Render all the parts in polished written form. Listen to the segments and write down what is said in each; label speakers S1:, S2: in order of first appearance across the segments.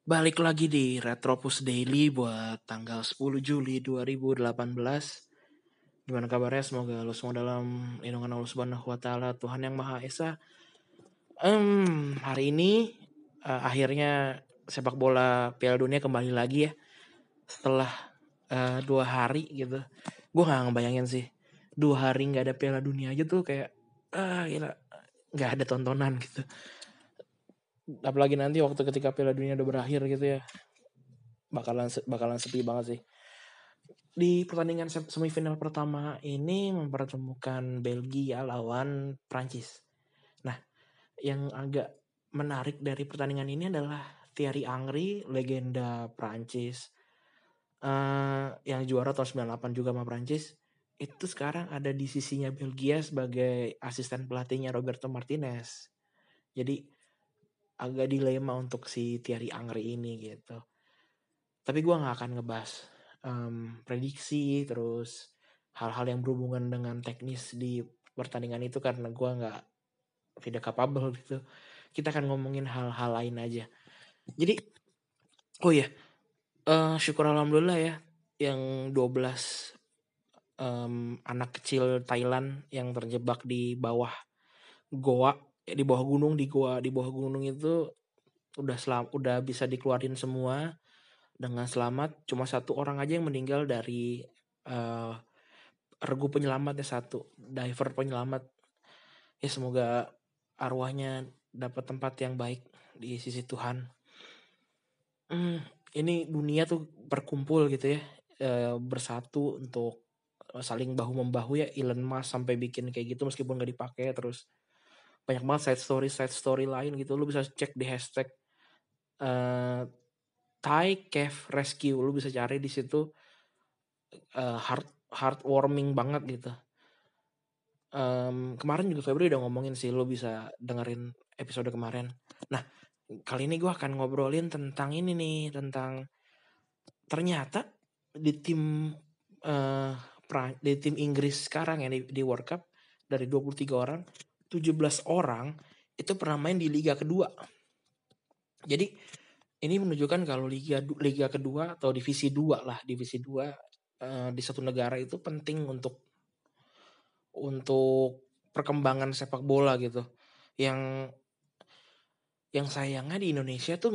S1: Balik lagi di Retropus Daily buat tanggal 10 Juli 2018. Gimana kabarnya? Semoga lo semua dalam lindungan Allah Subhanahu wa taala, Tuhan yang Maha Esa. Hari ini akhirnya sepak bola Piala Dunia kembali lagi ya. Setelah 2 hari gitu. Gue gak ngebayangin sih 2 hari gak ada Piala Dunia aja tuh kayak gila, gak ada tontonan gitu. Apalagi nanti waktu ketika Piala Dunia udah berakhir gitu ya, bakalan sepi banget sih. Di pertandingan semifinal pertama ini mempertemukan Belgia lawan Prancis. Nah, yang agak menarik dari pertandingan ini adalah Thierry Henry, legenda Prancis, yang juara tahun 98 juga sama Prancis, itu sekarang ada di sisinya Belgia sebagai asisten pelatihnya Roberto Martinez. Jadi agak dilema untuk si Thierry Henry ini gitu. Tapi gue gak akan ngebahas prediksi terus hal-hal yang berhubungan dengan teknis di pertandingan itu karena gue tidak capable gitu. Kita akan ngomongin hal-hal lain aja. Jadi, oh ya, syukur alhamdulillah ya, yang 12 anak kecil Thailand yang terjebak di bawah goa, di bawah gunung, di bawah gunung itu udah bisa dikeluarin semua dengan selamat. Cuma satu orang aja yang meninggal dari regu penyelamatnya, satu diver penyelamat. Ya semoga arwahnya dapat tempat yang baik di sisi Tuhan. Ini dunia tuh berkumpul gitu ya, bersatu untuk saling bahu membahu ya. Elon Musk sampai bikin kayak gitu meskipun gak dipakai. Terus banyak banget side story lain gitu. Lu bisa cek di hashtag Thai Cave Rescue. Lu bisa cari di situ, heartwarming banget gitu. Kemarin juga Febri udah ngomongin sih, lo bisa dengerin episode kemarin. Nah, kali ini gue akan ngobrolin tentang ini nih, tentang ternyata di tim Inggris sekarang ya, di World Cup, dari 23 orang, 17 orang itu pernah main di liga kedua. Jadi ini menunjukkan kalau liga kedua atau divisi 2 lah, divisi 2 di satu negara itu penting untuk perkembangan sepak bola gitu. Yang sayangnya di Indonesia tuh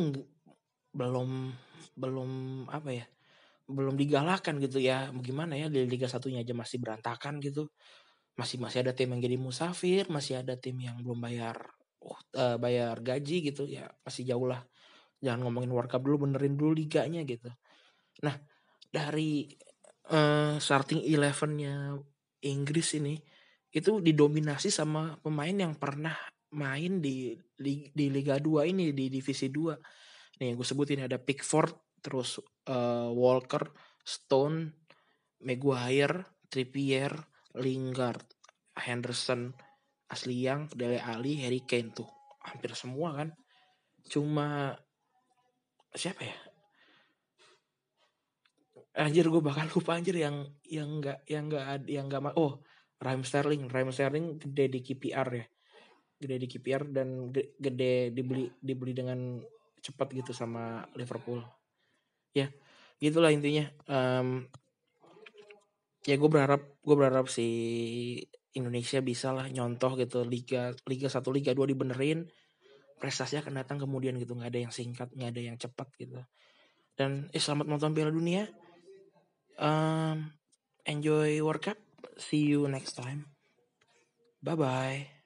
S1: belum apa ya, belum digalakkan gitu ya. Gimana ya, di Liga 1-nya aja masih berantakan gitu. Masih ada tim yang jadi musafir, masih ada tim yang belum bayar gaji gitu ya, masih jauh lah. Jangan ngomongin World Cup dulu, benerin dulu liganya gitu. Nah, dari starting 11-nya Inggris ini itu didominasi sama pemain yang pernah main di Liga 2 ini, di divisi 2. Nih gue sebutin, ada Pickford, terus Walker, Stone, Maguire, Trippier, Lingard, Henderson, Ashley Young, Dele Alli, Harry Kane. Tuh hampir semua kan. Cuma siapa ya? Anjir, gue bakal lupa anjir yang nggak Raheem Sterling gede di KPR ya. Gede di KPR dan gede dibeli dengan cepat gitu sama Liverpool. Ya, gitulah intinya. Ya gue berharap si Indonesia bisa lah nyontoh gitu, Liga 1 Liga 2 dibenerin, prestasinya akan datang kemudian gitu. Nggak ada yang singkat, nggak ada yang cepat gitu. Dan selamat nonton Piala Dunia. Enjoy World Cup. See you next time. Bye bye.